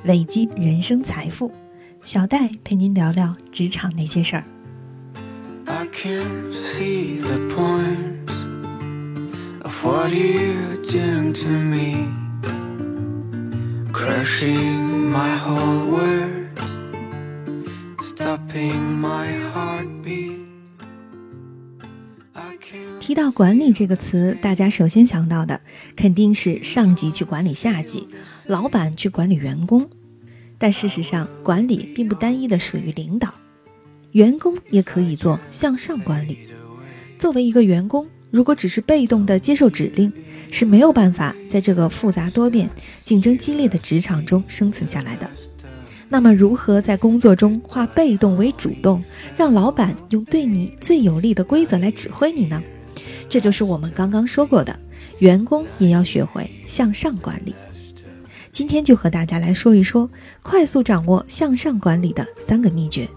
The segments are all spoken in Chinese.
累积人生财富。小戴陪您聊聊职场那些事儿。 I can't see the point of what you're doing to me, crashing my whole world, stopping my heartbeat. 提到管理这个词，大家首先想到的肯定是上级去管理下级，老板去管理员工。但事实上，管理并不单一的属于领导，员工也可以做向上管理。作为一个员工，如果只是被动的接受指令，是没有办法在这个复杂多变、竞争激烈的职场中生存下来的。那么如何在工作中化被动为主动，让老板用对你最有利的规则来指挥你呢？这就是我们刚刚说过的，员工也要学会向上管理。今天就和大家来说一说快速掌握向上管理的3个秘诀。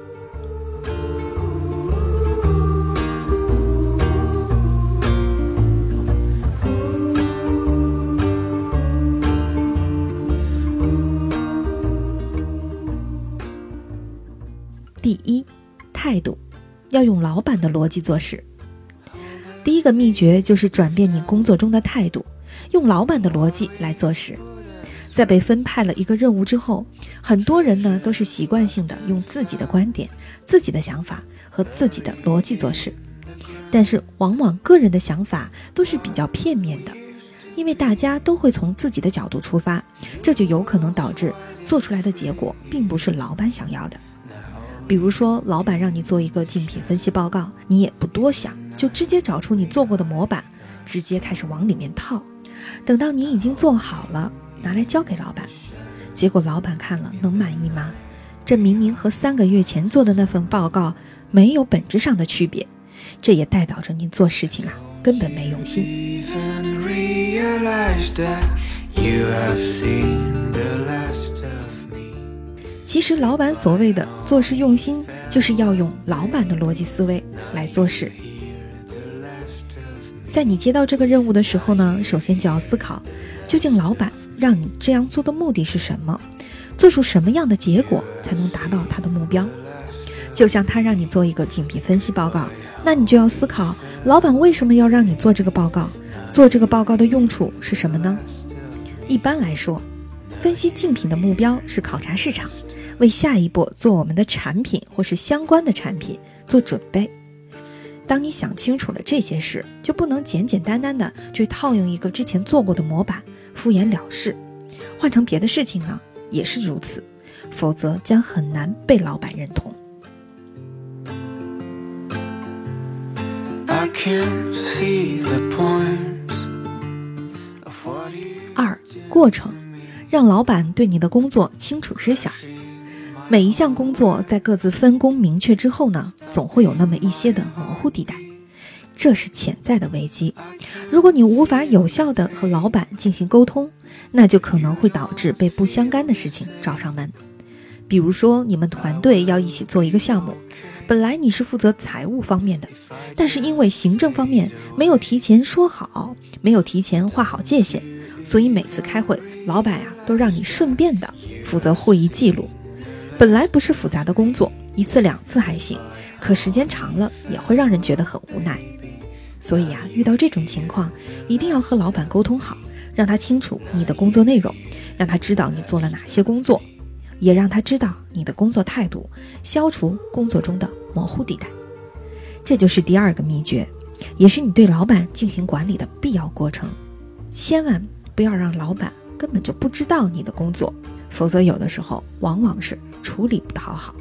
第一，态度，要用老板的逻辑做事。第一个秘诀就是转变你工作中的态度，用老板的逻辑来做事。在被分派了一个任务之后，很多人呢都是习惯性的用自己的观点、自己的想法和自己的逻辑做事，但是往往个人的想法都是比较片面的，因为大家都会从自己的角度出发，这就有可能导致做出来的结果并不是老板想要的。比如说，老板让你做一个竞品分析报告，你也不多想，就直接找出你做过的模板，直接开始往里面套。等到你已经做好了，拿来交给老板，结果老板看了能满意吗？这明明和3个月前做的那份报告没有本质上的区别，这也代表着你做事情根本没用心。其实老板所谓的做事用心，就是要用老板的逻辑思维来做事。在你接到这个任务的时候呢，首先就要思考，究竟老板让你这样做的目的是什么，做出什么样的结果才能达到他的目标。就像他让你做一个竞品分析报告，那你就要思考，老板为什么要让你做这个报告，做这个报告的用处是什么呢？一般来说，分析竞品的目标是考察市场，为下一步做我们的产品或是相关的产品做准备。当你想清楚了这些事，就不能简简单单的去套用一个之前做过的模板，敷衍了事。换成别的事情呢，也是如此，否则将很难被老板认同。2. 过程，让老板对你的工作清楚知晓。每一项工作在各自分工明确之后呢，总会有那么一些的模糊地带，这是潜在的危机。如果你无法有效地和老板进行沟通，那就可能会导致被不相干的事情找上门。比如说，你们团队要一起做一个项目，本来你是负责财务方面的，但是因为行政方面没有提前说好，没有提前划好界限，所以每次开会，老板都让你顺便的负责会议记录。本来不是复杂的工作，1次2次还行，可时间长了也会让人觉得很无奈。所以遇到这种情况，一定要和老板沟通好，让他清楚你的工作内容，让他知道你做了哪些工作，也让他知道你的工作态度，消除工作中的模糊地带。这就是第2个秘诀，也是你对老板进行管理的必要过程。千万不要让老板根本就不知道你的工作，否则有的时候往往是处理不讨好。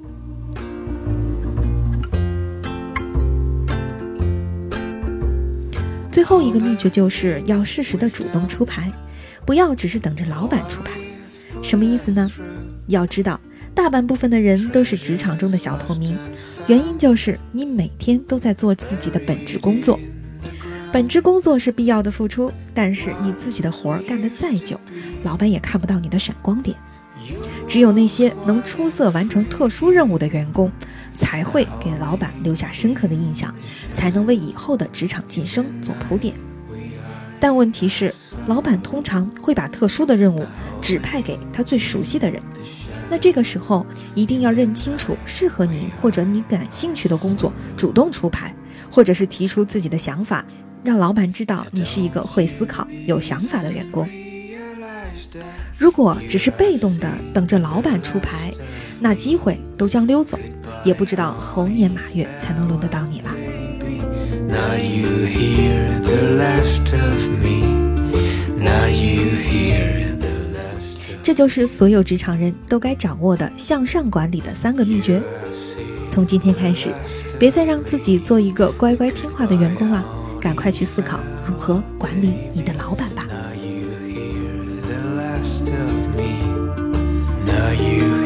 最后一个秘诀就是要适时的主动出牌，不要只是等着老板出牌。什么意思呢？要知道，大半部分的人都是职场中的小透明，原因就是你每天都在做自己的本职工作。本职工作是必要的付出，但是你自己的活儿干得再久，老板也看不到你的闪光点。只有那些能出色完成特殊任务的员工，才会给老板留下深刻的印象，才能为以后的职场晋升做铺垫。 但问题是，老板通常会把特殊的任务指派给他最熟悉的人。那这个时候一定要认清楚适合你或者你感兴趣的工作，主动出牌，或者是提出自己的想法，让老板知道你是一个会思考、有想法的员工。如果只是被动的等着老板出牌，那机会都将溜走，也不知道猴年马月才能轮得到你了。 Now you hear the last of me. Now you hear the last of me. 这就是所有职场人都该掌握的向上管理的3个秘诀。从今天开始，别再让自己做一个乖乖听话的员工了，赶快去思考如何管理你的老板吧。 Now you hear the last of me. Now you